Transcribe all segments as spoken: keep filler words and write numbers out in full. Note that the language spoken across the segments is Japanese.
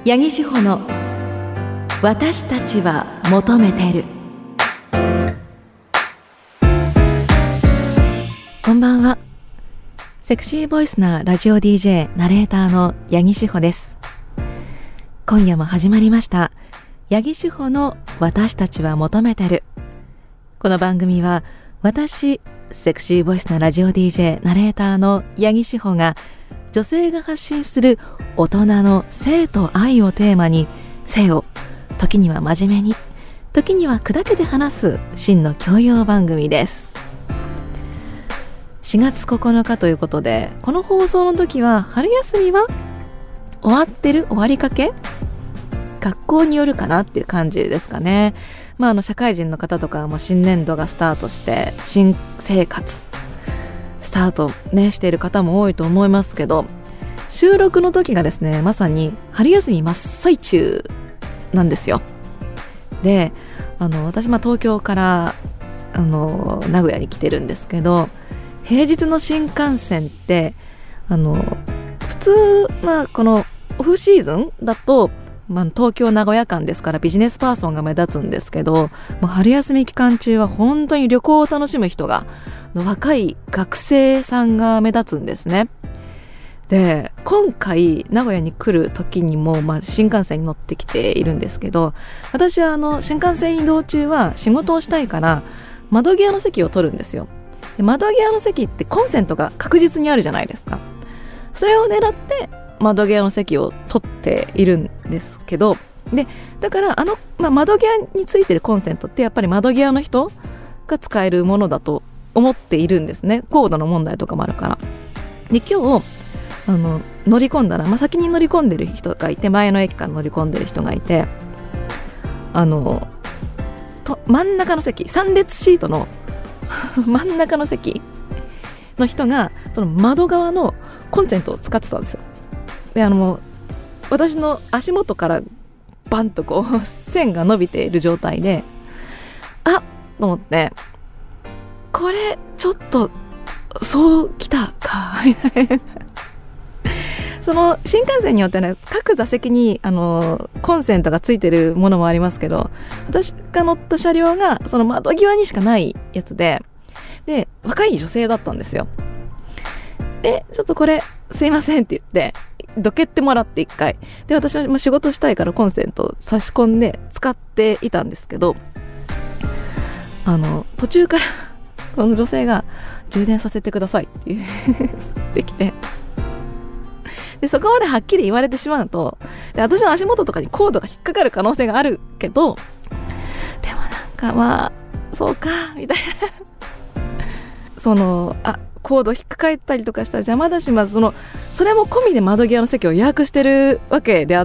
八木志保の私たちは求めてる。こんばんは。セクシーボイスなラジオ ディージェー ナレーターの八木志保です。今夜も始まりました八木志保の私たちは求めてる。この番組は私セクシーボイスなラジオ ディージェー ナレーターの八木志保が女性が発信する大人の性と愛をテーマに、性を時には真面目に、時には砕けて話す真の教養番組です。しがつここのかということで、この放送の時は春休みは終わってる、終わりかけ、学校によるかなっていう感じですかね。まあ、あの社会人の方とかも新年度がスタートして新生活スタートねしている方も多いと思いますけど、収録の時がですね、まさに春休み真っ最中なんですよ。で、あの私まあ東京からあの名古屋に来てるんですけど、平日の新幹線ってあの普通、まあ、このオフシーズンだと、まあ、東京名古屋間ですからビジネスパーソンが目立つんですけど、もう春休み期間中は本当に旅行を楽しむ人が、若い学生さんが目立つんですね。で、今回名古屋に来る時にも、まあ、新幹線に乗ってきているんですけど、私はあの新幹線移動中は仕事をしたいから窓際の席を取るんですよ。で、窓際の席ってコンセントが確実にあるじゃないですか。それを狙って窓際の席を取っているんですけど、でだからあの、まあ、窓際についてるコンセントってやっぱり窓際の人が使えるものだと思っているんですね。コードの問題とかもあるから。で、今日あの乗り込んだら、まあ、先に乗り込んでる人がいて、前の駅から乗り込んでる人がいて、あのと真ん中の席、さん列シートの真ん中の席の人がその窓側のコンセントを使ってたんですよ。で、あの私の足元からバンとこう線が伸びている状態で、あっと思って、これちょっとそうきたかみたいなその新幹線によってね、各座席にあのコンセントがついてるものもありますけど、私が乗った車両がその窓際にしかないやつで、で若い女性だったんですよ。で、ちょっとこれすいませんって言ってどけってもらって一回で、私は仕事したいからコンセントを差し込んで使っていたんですけど、あの途中からその女性が充電させてくださいって言ってきて、でそこまではっきり言われてしまうと、で私の足元とかにコードが引っかかる可能性があるけど、でもなんかまあそうかみたいなそのあコード引っかかったりとかしたら邪魔だし、まずそのそれも込みで窓際の席を予約してるわけであって、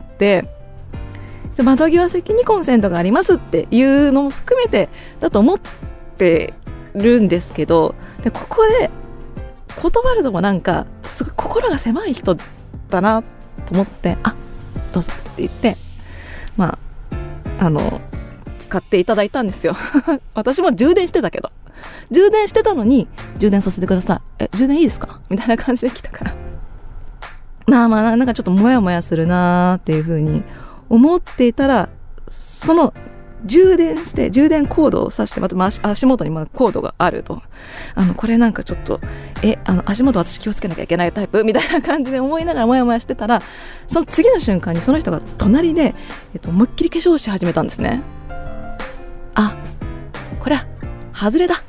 窓際席にコンセントがありますっていうのも含めてだと思ってるんですけど、でここで断るのもなんかすごい心が狭い人だなと思って、あ、どうぞって言って、まああの使っていただいたんですよ私も充電してたけど、充電してたのに充電させてください、え充電いいですかみたいな感じで来たから、まあまあなんかちょっとモヤモヤするなーっていう風に思っていたら、その充電して充電コードを挿して、また足, 足元にまだコードがあると、あのこれなんかちょっとえあの足元私気をつけなきゃいけないタイプみたいな感じで思いながらモヤモヤしてたら、その次の瞬間にその人が隣で、えっと、思いっきり化粧し始めたんですね。あ、これは外れだ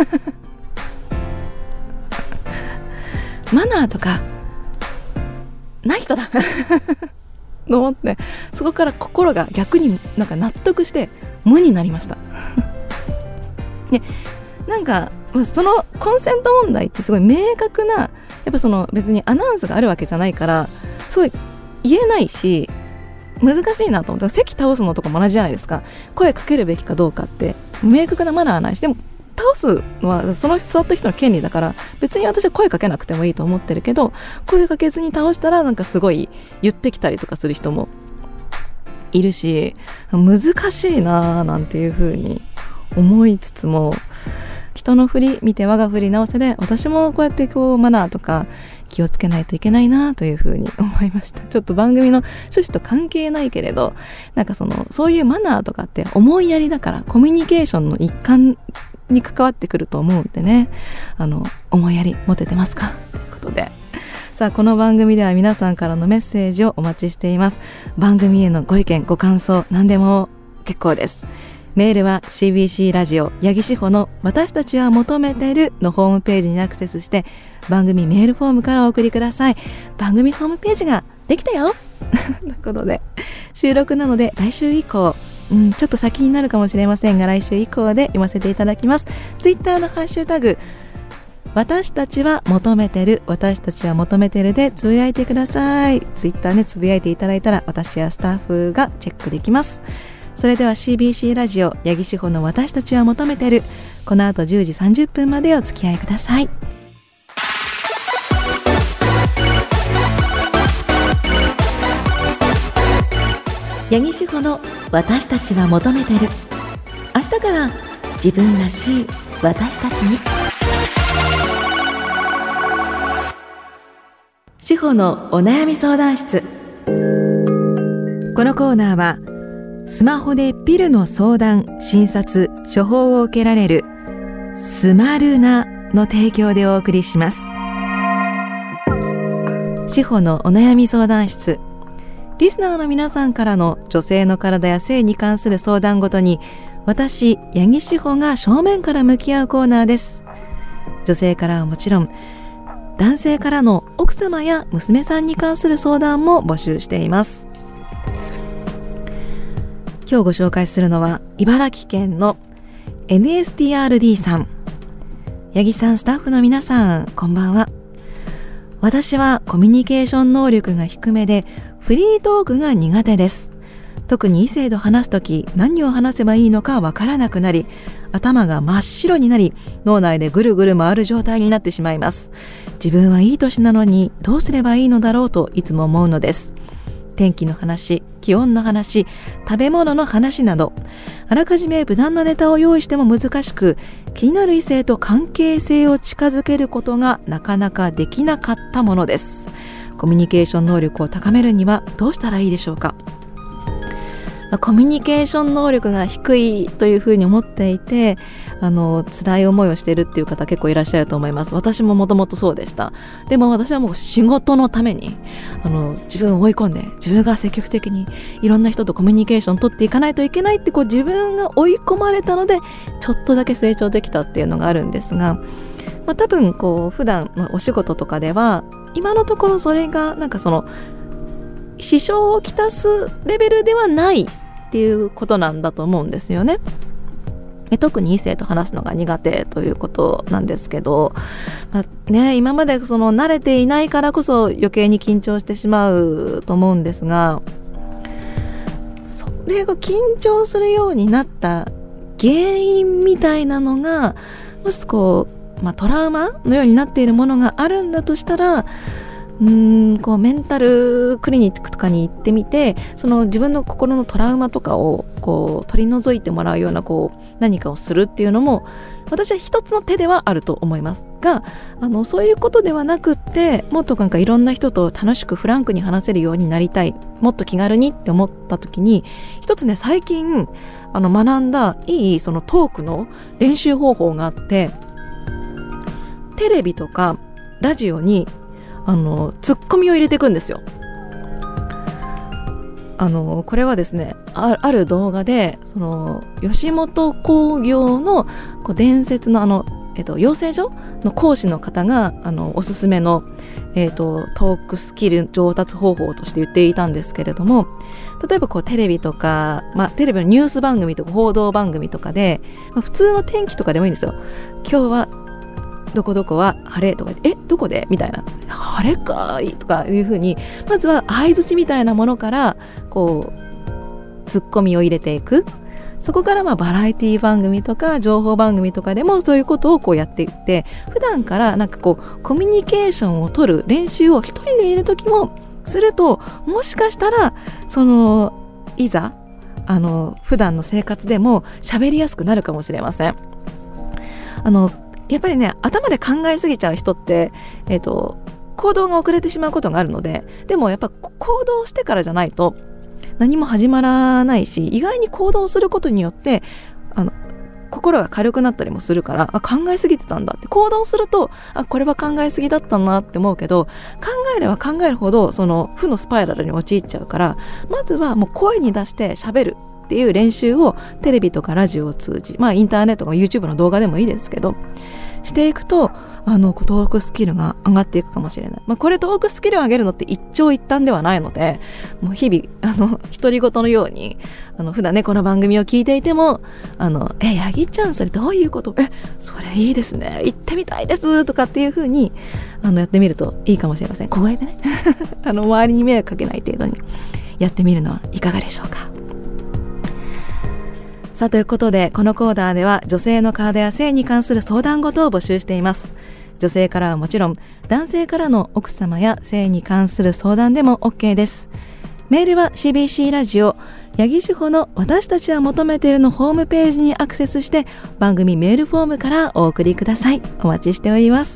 マナーとかない人だと思って、そこから心が逆になんか納得して無になりましたで、なんかそのコンセント問題ってすごい明確な、やっぱその別にアナウンスがあるわけじゃないからすごい言えないし難しいなと思って、席倒すのとかも同じじゃないですか。声かけるべきかどうかって明確なマナーはないし、でも倒すのはその座った人の権利だから、別に私は声かけなくてもいいと思ってるけど、声かけずに倒したらなんかすごい言ってきたりとかする人もいるし、難しいななんていう風に思いつつも、 人の振り見て我が振り直せで、私もこうやってこうマナーとか気をつけないといけないなというふうに思いました。ちょっと番組の趣旨と関係ないけれど、なんかそのそういうマナーとかって思いやりだから、コミュニケーションの一環に関わってくると思うんでね、あの思いやり持ててますかということで、さあこの番組では皆さんからのメッセージをお待ちしています。番組へのご意見ご感想何でも結構です。メールは シービーシー ラジオ八木志保の私たちは求めてるのホームページにアクセスして番組メールフォームからお送りください。番組ホームページができたよということで、収録なので来週以降、うん、ちょっと先になるかもしれませんが来週以降で読ませていただきます。ツイッターのハッシュタグ私たちは求めてる、私たちは求めてるでつぶやいてください。ツイッターでつぶやいていただいたら私やスタッフがチェックできます。それでは シービーシー ラジオ八木志保の私たちは求めてる、この後じゅうじさんじゅっぷんまでお付き合いください。八木志保の私たちは求めてる。明日から自分らしい私たちに。志保のお悩み相談室。このコーナーはスマホでピルの相談、診察、処方を受けられるスマルナの提供でお送りします。志保のお悩み相談室。リスナーの皆さんからの女性の体や性に関する相談ごとに私、八木志保が正面から向き合うコーナーです。女性からはもちろん男性からの奥様や娘さんに関する相談も募集しています。今日ご紹介するのは茨城県の エヌエスティーアールディー さん。八木さん、スタッフの皆さん、こんばんは。私はコミュニケーション能力が低めでフリートークが苦手です。特に異性と話すとき何を話せばいいのかわからなくなり、頭が真っ白になり脳内でぐるぐる回る状態になってしまいます。自分はいい年なのにどうすればいいのだろうといつも思うのです。天気の話、気温の話、食べ物の話など、あらかじめ無難なネタを用意しても難しく、気になる異性と関係性を近づけることがなかなかできなかったものです。コミュニケーション能力を高めるにはどうしたらいいでしょうか。コミュニケーション能力が低いというふうに思っていて、あの辛い思いをしているっていう方結構いらっしゃると思います。私ももともとそうでした。でも私はもう仕事のためにあの自分を追い込んで、自分が積極的にいろんな人とコミュニケーションを取っていかないといけないって、こう自分が追い込まれたのでちょっとだけ成長できたっていうのがあるんですが、まあ、多分こう普段のお仕事とかでは今のところそれがなんかその支障をきたすレベルではないっていうことなんだと思うんですよね。特に異性と話すのが苦手ということなんですけど、まあね、今までその慣れていないからこそ余計に緊張してしまうと思うんですが、それが緊張するようになった原因みたいなのがもしこう、まあ、トラウマのようになっているものがあるんだとしたら、うーんこうメンタルクリニックとかに行ってみて、その自分の心のトラウマとかをこう取り除いてもらうようなこう何かをするっていうのも私は一つの手ではあると思いますが、あのそういうことではなくって、もっとなんかいろんな人と楽しくフランクに話せるようになりたい、もっと気軽にって思った時に、一つね最近あの学んだいいそのトークの練習方法があって、テレビとかラジオにあのツッコミを入れていくんですよ。あのこれはですね、 あ, ある動画でその吉本興業のこう伝説のあの、えっと、養成所の講師の方があのおすすめの、えっと、トークスキル上達方法として言っていたんですけれども、例えばこうテレビとか、まあ、テレビのニュース番組とか報道番組とかで、まあ、普通の天気とかでもいいんですよ。今日はどこどこは晴れとか、えどこでみたいな、晴れかいとかいう風に、まずは相槌みたいなものからこうツッコミを入れていく。そこからまあバラエティ番組とか情報番組とかでもそういうことをこうやっていって、普段からなんかこうコミュニケーションを取る練習を一人でいる時もすると、もしかしたらそのいざあの普段の生活でも喋りやすくなるかもしれません。 あのやっぱりね頭で考えすぎちゃう人って、えーと、行動が遅れてしまうことがあるので、でもやっぱ行動してからじゃないと何も始まらないし、意外に行動することによってあの心が軽くなったりもするから、あ考えすぎてたんだって、行動するとあこれは考えすぎだったなって思うけど、考えれば考えるほどその負のスパイラルに陥っちゃうから、まずはもう声に出して喋るっていう練習をテレビとかラジオを通じ、まあインターネットとか YouTube の動画でもいいですけどしていくと、あのトークスキルが上がっていくかもしれない。まあ、これトークスキルを上げるのって一長一短ではないので、もう日々あの独り言のようにあの普段ねこの番組を聞いていても、あのえヤギちゃんそれどういうこと、えそれいいですね、行ってみたいですとかっていう風にあのやってみるといいかもしれません。小声でねあの周りに迷惑かけない程度にやってみるのはいかがでしょうか。さあということで、このコーナーでは女性の体や性に関する相談事を募集しています。女性からはもちろん男性からの奥様や性に関する相談でも OK です。メールは シービーシー ラジオ八木志保の私たちは求めているのホームページにアクセスして番組メールフォームからお送りください。お待ちしております。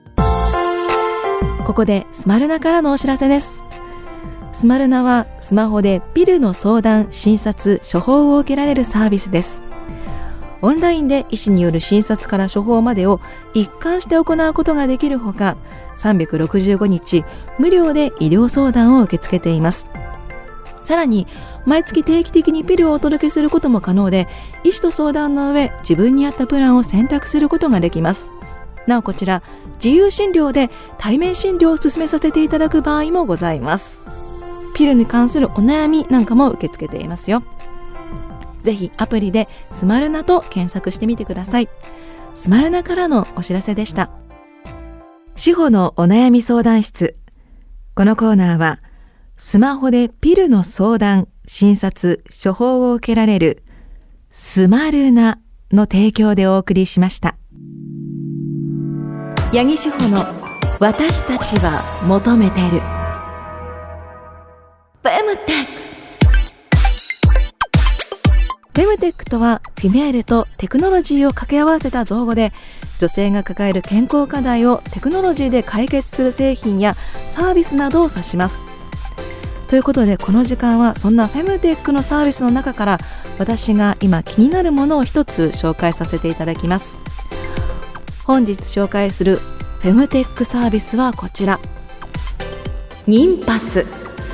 ここでスマルナからのお知らせです。スマルナはスマホでピルの相談、診察、処方を受けられるサービスです。オンラインで医師による診察から処方までを一貫して行うことができるほか、さんびゃくろくじゅうごにち無料で医療相談を受け付けています。さらに毎月定期的にピルをお届けすることも可能で、医師と相談の上自分に合ったプランを選択することができます。なおこちら自由診療で対面診療を進めさせていただく場合もございます。ピルに関するお悩みなんかも受け付けていますよ。ぜひアプリでスマルナと検索してみてください。スマルナからのお知らせでした。志保のお悩み相談室。このコーナーはスマホでピルの相談、診察、処方を受けられるスマルナの提供でお送りしました。八木志保の私たちは求めてるフェムテック。フェムテックとはフィメールとテクノロジーを掛け合わせた造語で、女性が抱える健康課題をテクノロジーで解決する製品やサービスなどを指します。ということで、この時間はそんなフェムテックのサービスの中から私が今気になるものを一つ紹介させていただきます。本日紹介するフェムテックサービスはこちら、妊パス。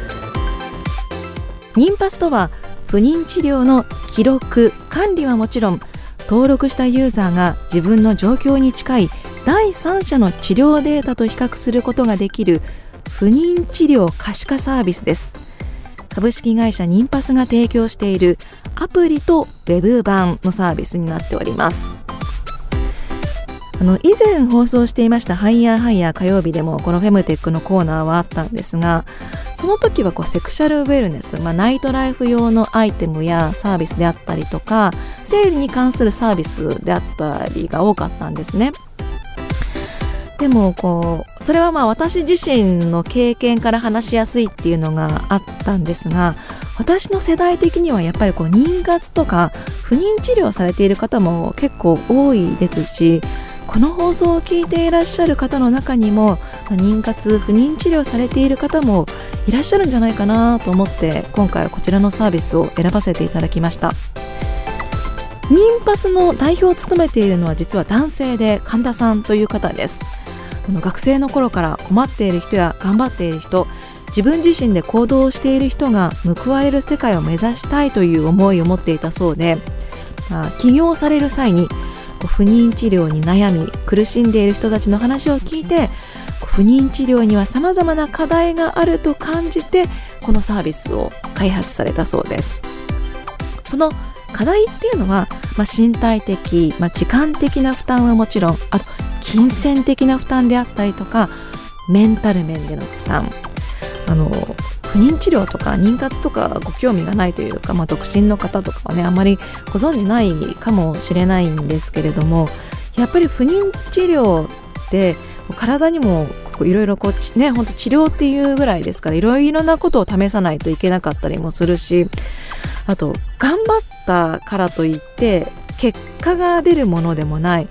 妊パスとは不妊治療の記録・管理はもちろん、登録したユーザーが自分の状況に近い第三者の治療データと比較することができる不妊治療可視化サービスです。株式会社妊パスが提供しているアプリとウェブ版のサービスになっております。あの以前放送していましたハイヤーハイヤー火曜日でもこのフェムテックのコーナーはあったんですが、その時はこうセクシャルウェルネス、まあ、ナイトライフ用のアイテムやサービスであったりとか、生理に関するサービスであったりが多かったんですね。でもこうそれはまあ私自身の経験から話しやすいっていうのがあったんですが、私の世代的にはやっぱりこう妊活とか不妊治療されている方も結構多いですし、この放送を聞いていらっしゃる方の中にも妊活不妊治療されている方もいらっしゃるんじゃないかなと思って、今回はこちらのサービスを選ばせていただきました。妊パスの代表を務めているのは実は男性で神田さんという方です。あの学生の頃から困っている人や頑張っている人、自分自身で行動している人が報われる世界を目指したいという思いを持っていたそうで、まあ、起業される際に不妊治療に悩み苦しんでいる人たちの話を聞いて、不妊治療には様々な課題があると感じてこのサービスを開発されたそうです。その課題っていうのは、まあ、身体的、まあ、時間的な負担はもちろん、あと金銭的な負担であったりとかメンタル面での負担、あの不妊治療とか妊活とかご興味がないというか、まあ、独身の方とかはねあまりご存じないかもしれないんですけれども、やっぱり不妊治療って体にもいろいろこうね、本当治療っていうぐらいですから、いろいろなことを試さないといけなかったりもするし、あと頑張ったからといって結果が出るものでもない、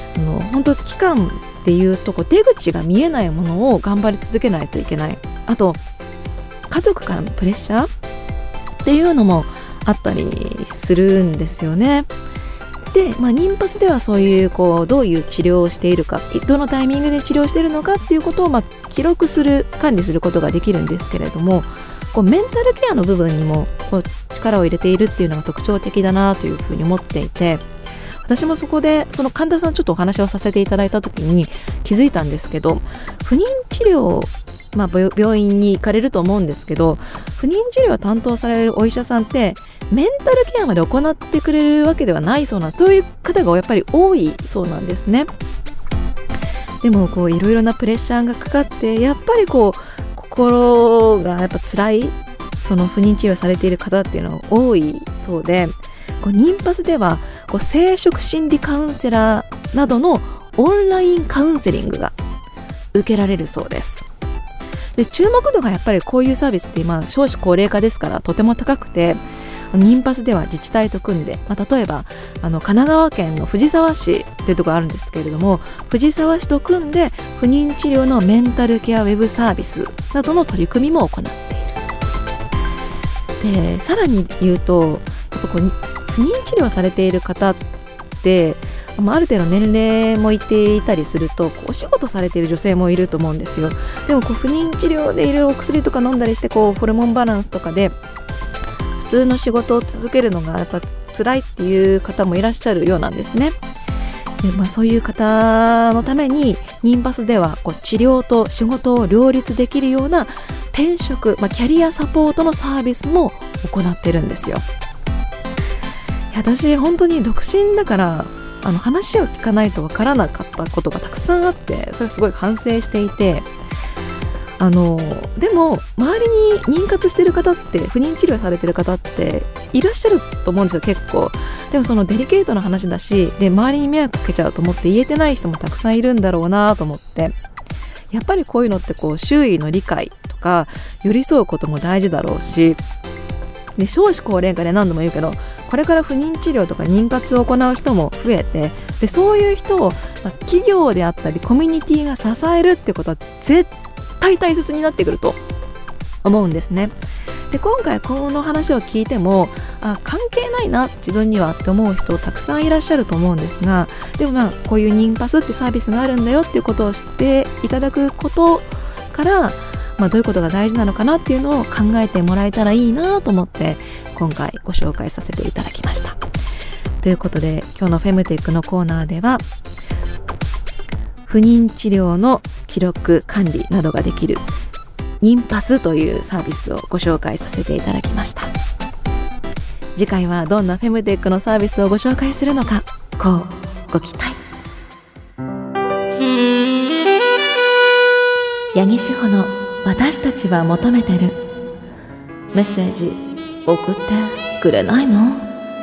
あの本当期間っていうとこう出口が見えないものを頑張り続けないといけない。あと家族からのプレッシャーっていうのもあったりするんですよね。で、まあ、妊娠ではそういう、こうどういう治療をしているか、どのタイミングで治療しているのかっていうことを、まあ、記録する管理することができるんですけれども、こうメンタルケアの部分にもこう力を入れているっていうのが特徴的だなというふうに思っていて、私もそこでその神田さんちょっとお話をさせていただいた時に気づいたんですけど、不妊治療、まあ、病院に行かれると思うんですけど、不妊治療を担当されるお医者さんってメンタルケアまで行ってくれるわけではないそうな、そういう方がやっぱり多いそうなんですね。でもこういろいろなプレッシャーがかかって、やっぱりこう心がやっぱ辛い、その不妊治療されている方っていうのが多いそうで、こう妊娠ではこう生殖心理カウンセラーなどのオンラインカウンセリングが受けられるそうです。で、注目度がやっぱりこういうサービスって今少子高齢化ですからとても高くて、妊娠では自治体と組んで、まあ、例えばあの神奈川県の藤沢市というところがあるんですけれども、藤沢市と組んで不妊治療のメンタルケアウェブサービスなどの取り組みも行っている。で、さらに言うと、やっぱこう不妊治療されている方ってある程度年齢もいていたりすると、お仕事されている女性もいると思うんですよ。でもこう不妊治療でいろいろお薬とか飲んだりして、こうホルモンバランスとかで普通の仕事を続けるのがやっぱ辛いっていう方もいらっしゃるようなんですね。で、まあ、そういう方のために妊娠ではこう治療と仕事を両立できるような転職、まあ、キャリアサポートのサービスも行ってるんですよ。いや、私本当に独身だからあの話を聞かないとわからなかったことがたくさんあって、それすごい反省していて、あのでも周りに妊活してる方って、不妊治療されてる方っていらっしゃると思うんですよ、結構。でもそのデリケートな話だし、で周りに迷惑かけちゃうと思って言えてない人もたくさんいるんだろうなと思って、やっぱりこういうのってこう周囲の理解とか寄り添うことも大事だろうし、で少子高齢化で何度も言うけど、これから不妊治療とか妊活を行う人も増えて、でそういう人を、まあ、企業であったりコミュニティが支えるってことは絶対大切になってくると思うんですね。で、今回この話を聞いても、あ、関係ないな自分にはって思う人たくさんいらっしゃると思うんですが、でもまあこういう妊パスってサービスがあるんだよっていうことを知っていただくことから、まあ、どういうことが大事なのかなっていうのを考えてもらえたらいいなと思って今回ご紹介させていただきました。ということで、今日のフェムテックのコーナーでは不妊治療の記録管理などができる妊パスというサービスをご紹介させていただきました。次回はどんなフェムテックのサービスをご紹介するのか、こうご期待。八木志保の私たちは求めてる。メッセージ送ってくれないの？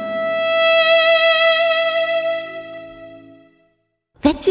フェチ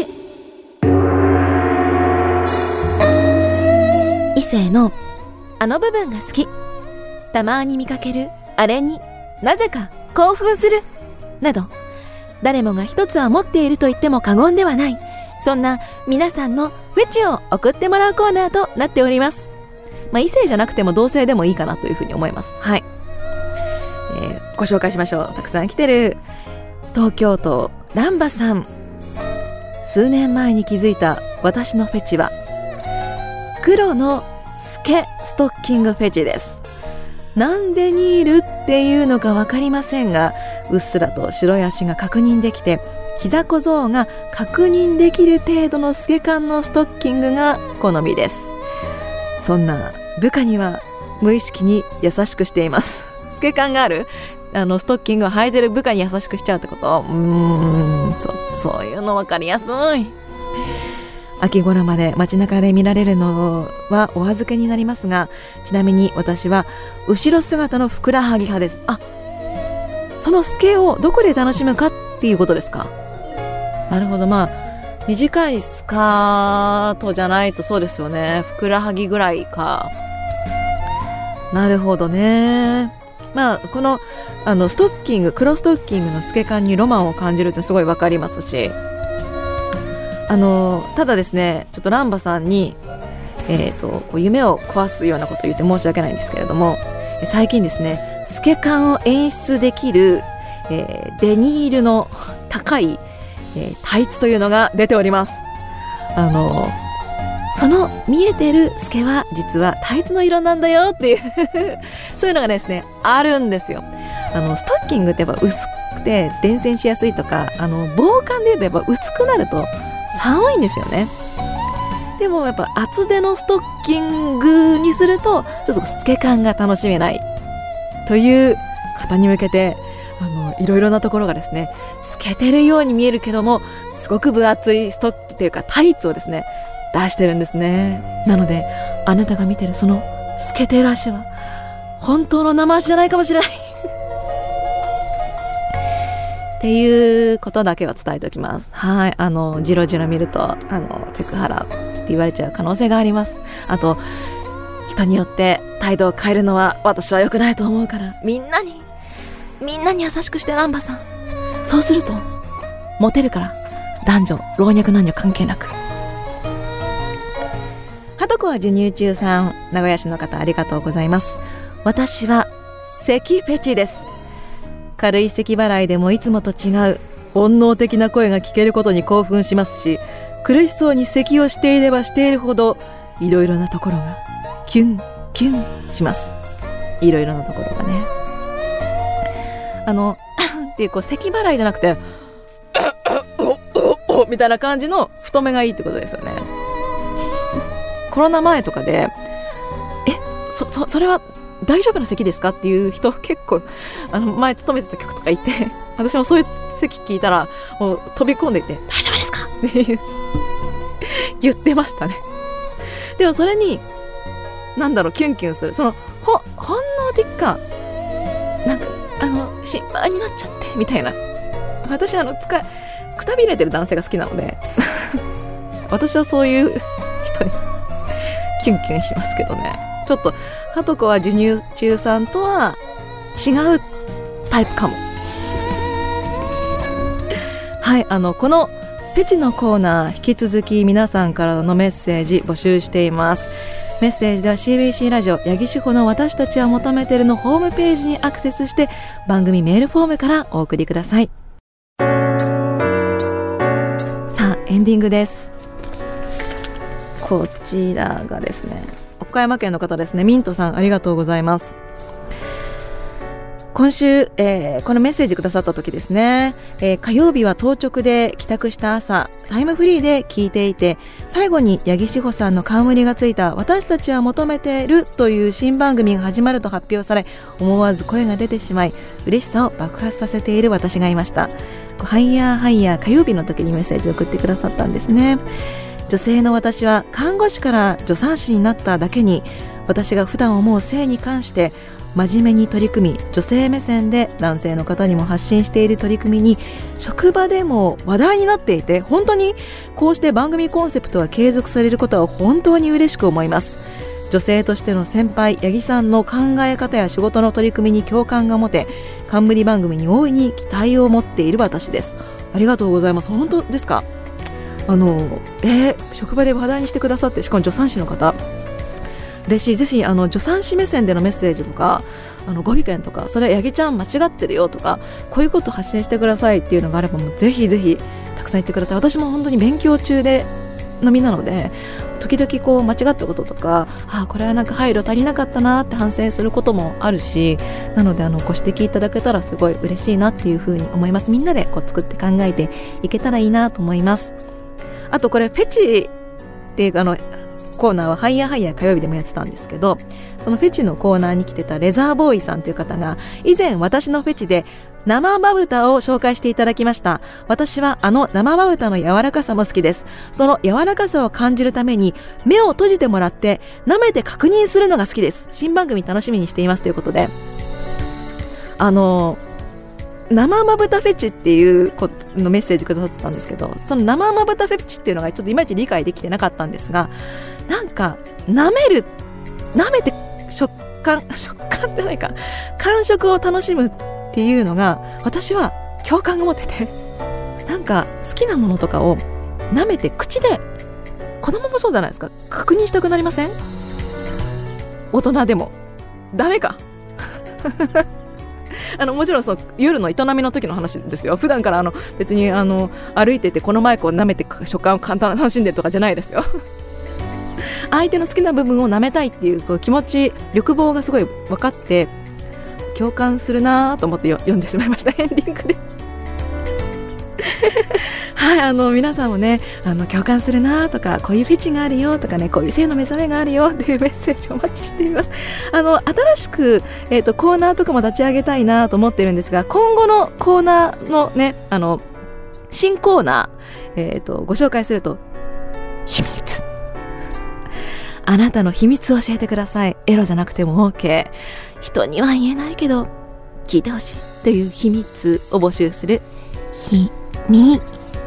異性のあの部分が好き、たまに見かけるあれになぜか興奮するなど、誰もが一つは持っていると言っても過言ではない、そんな皆さんのフェチを送ってもらうコーナーとなっております。まあ、異性じゃなくても同性でもいいかなというふうに思います。はい、えー、ご紹介しましょう。たくさん来てる。東京都ランバさん。数年前に気づいた私のフェチは黒のスケストッキングフェチです。なんでニールっていうのか分かりませんが、うっすらと白い足が確認できて、膝小僧が確認できる程度の透け感のストッキングが好みです。そんな部下には無意識に優しくしています。透け感があるあのストッキングを履いてる部下に優しくしちゃうってこと？うーん、そ, そういうの分かりやすい。秋頃まで街中で見られるのはお預けになりますが、ちなみに私は後ろ姿のふくらはぎ派です。あ、その透けをどこで楽しむかっていうことですか？なるほど。まあ短いスカートじゃないとそうですよね。ふくらはぎぐらいか。なるほどね。まあこのあのストッキング、黒ストッキングの透け感にロマンを感じるってすごいわかりますし、 あのただですね、ちょっとランバさんに、えー、とこう夢を壊すようなことを言って申し訳ないんですけれども、最近ですね透け感を演出できる、えー、デニールの高い、えー、タイツというのが出ております。あのその見えてる透けは実はタイツの色なんだよっていうそういうのがですねあるんですよ。あのストッキングってやっぱ薄くて伝染しやすいとか、あの防寒でいうとやっぱ薄くなると寒いんですよね。でもやっぱ厚手のストッキングにするとちょっと透け感が楽しめないという方に向けて、あのいろいろなところがですね透けてるように見えるけどもすごく分厚いストッキというかタイツをですね出してるんですね。なのであなたが見てるその透けてる足は本当の生足じゃないかもしれないっていうことだけは伝えておきます。はい、あのジロジロ見るとあのテクハラって言われちゃう可能性があります。あと人によって態度を変えるのは私は良くないと思うから、みんなにみんなに優しくしてランバさん、そうするとモテるから、男女老若男女関係なく。はとこは授乳中さん、名古屋市の方ありがとうございます。私は咳フェチです。軽い咳払いでもいつもと違う本能的な声が聞けることに興奮しますし、苦しそうに咳をしていればしているほどいろいろなところがキュンキュンします。いろいろなところがね、あのっていうこう咳払いじゃなくてみたいな感じの太めがいいってことですよね。コロナ前とかでえ そ, そ, それは大丈夫な咳ですかっていう人結構あの前勤めてた局とかいて、私もそういう咳聞いたらもう飛び込んでいて大丈夫ですかって言ってましたね。でもそれになんだろうキュンキュンするそのほ本能的かなんかあの心配になっちゃってみたいな。私あのつかくたびれてる男性が好きなので私はそういう人にキュンキュンしますけどね。ちょっとはとこは授乳中さんとは違うタイプかも。はい、あのこのフェチのコーナー引き続き皆さんからのメッセージ募集しています。メッセージでは シービーシー ラジオ八木志保の私たちは求めてるのホームページにアクセスして番組メールフォームからお送りください。さあエンディングです。こちらがですね岡山県の方ですね、ミントさんありがとうございます。今週、えー、このメッセージくださった時ですね、えー、火曜日は当直で帰宅した朝タイムフリーで聞いていて、最後に八木志保さんの冠がついた私たちは求めてるという新番組が始まると発表され、思わず声が出てしまい嬉しさを爆発させている私がいました。ハイヤーハイヤー火曜日の時にメッセージを送ってくださったんですね。女性の私は看護師から助産師になっただけに、私が普段思う性に関して真面目に取り組み、女性目線で男性の方にも発信している取り組みに職場でも話題になっていて、本当にこうして番組コンセプトは継続されることは本当に嬉しく思います。女性としての先輩八木さんの考え方や仕事の取り組みに共感が持て、冠番組に大いに期待を持っている私です。ありがとうございます。本当ですか。あのえー、職場で話題にしてくださって、しかも助産師の方嬉しい。ぜひあの助産師目線でのメッセージとかあのご意見とか、それ八木ちゃん間違ってるよとか、こういうこと発信してくださいっていうのがあれば、もうぜひぜひたくさん言ってください。私も本当に勉強中でのみなので、時々こう間違ったこととか、あこれはなんか配慮足りなかったなって反省することもあるし、なのであのご指摘いただけたらすごい嬉しいなっていうふうに思います。みんなでこう作って考えていけたらいいなと思います。あとこれフェチっていうあのコーナーはハイヤーハイヤー火曜日でもやってたんですけど、そのフェチのコーナーに来てたレザーボーイさんという方が以前私のフェチで生まぶたを紹介していただきました。私はあの生まぶたの柔らかさも好きです。その柔らかさを感じるために目を閉じてもらって舐めて確認するのが好きです。新番組楽しみにしていますということで、あの生まぶたフェチっていうことのメッセージくださってたんですけど、その生まぶたフェチっていうのがちょっといまいち理解できてなかったんですが、なんか舐める舐めて食感食感じゃないか感触を楽しむっていうのが私は共感が持ってて、なんか好きなものとかを舐めて口で、子供もそうじゃないですか、確認したくなりません？大人でもダメかあのもちろんその夜の営みの時の話ですよ。普段からあの別にあの歩いててこのマイクを舐めて食感を簡単に楽しんでるとかじゃないですよ相手の好きな部分を舐めたいっていうそう気持ち、欲望がすごい分かって共感するなと思ってよ読んでしまいました、エンディングではい、あの皆さんもね、あの共感するなとか、こういうフェチがあるよとかね、こういう性の目覚めがあるよっていうメッセージをお待ちしています。あの新しく、えーと、コーナーとかも立ち上げたいなと思ってるんですが、今後のコーナーのね、あの新コーナー、えーと、ご紹介すると、秘密、あなたの秘密を教えてください。エロじゃなくても OK、 人には言えないけど聞いてほしいという秘密を募集する秘密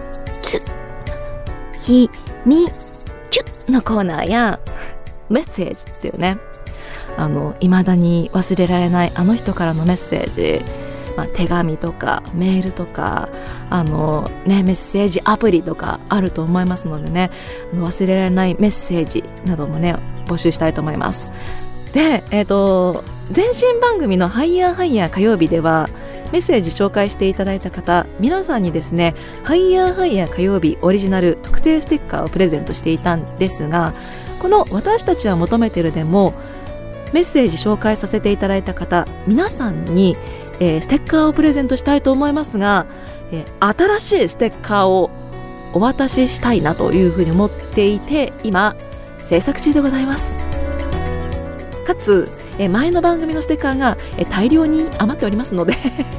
秘密のコーナーや、メッセージっていうね、あの未だに忘れられないあの人からのメッセージ、まあ、手紙とかメールとか、あの、ね、メッセージアプリとかあると思いますのでね、忘れられないメッセージなどもね募集したいと思います。で、えーと、前身番組のハイヤーハイヤー火曜日ではメッセージ紹介していただいた方皆さんにですね、ハイヤーハイヤー火曜日オリジナル特製ステッカーをプレゼントしていたんですが、この私たちは求めてるでもメッセージ紹介させていただいた方皆さんに、えー、ステッカーをプレゼントしたいと思いますが、えー、新しいステッカーをお渡ししたいなというふうに思っていて、今制作中でございます。かつ、えー、前の番組のステッカーが、えー、大量に余っておりますので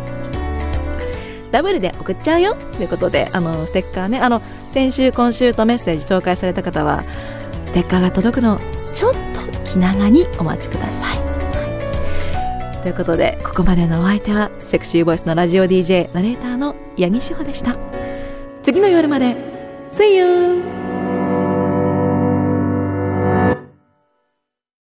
ダブルで送っちゃうよということで、あのステッカーね、あの先週今週とメッセージ紹介された方はステッカーが届くのをちょっと気長にお待ちください、はい、ということで、ここまでのお相手はセクシーボイスのラジオ ディージェー ナレーターの八木志保でした。次の夜まで See you!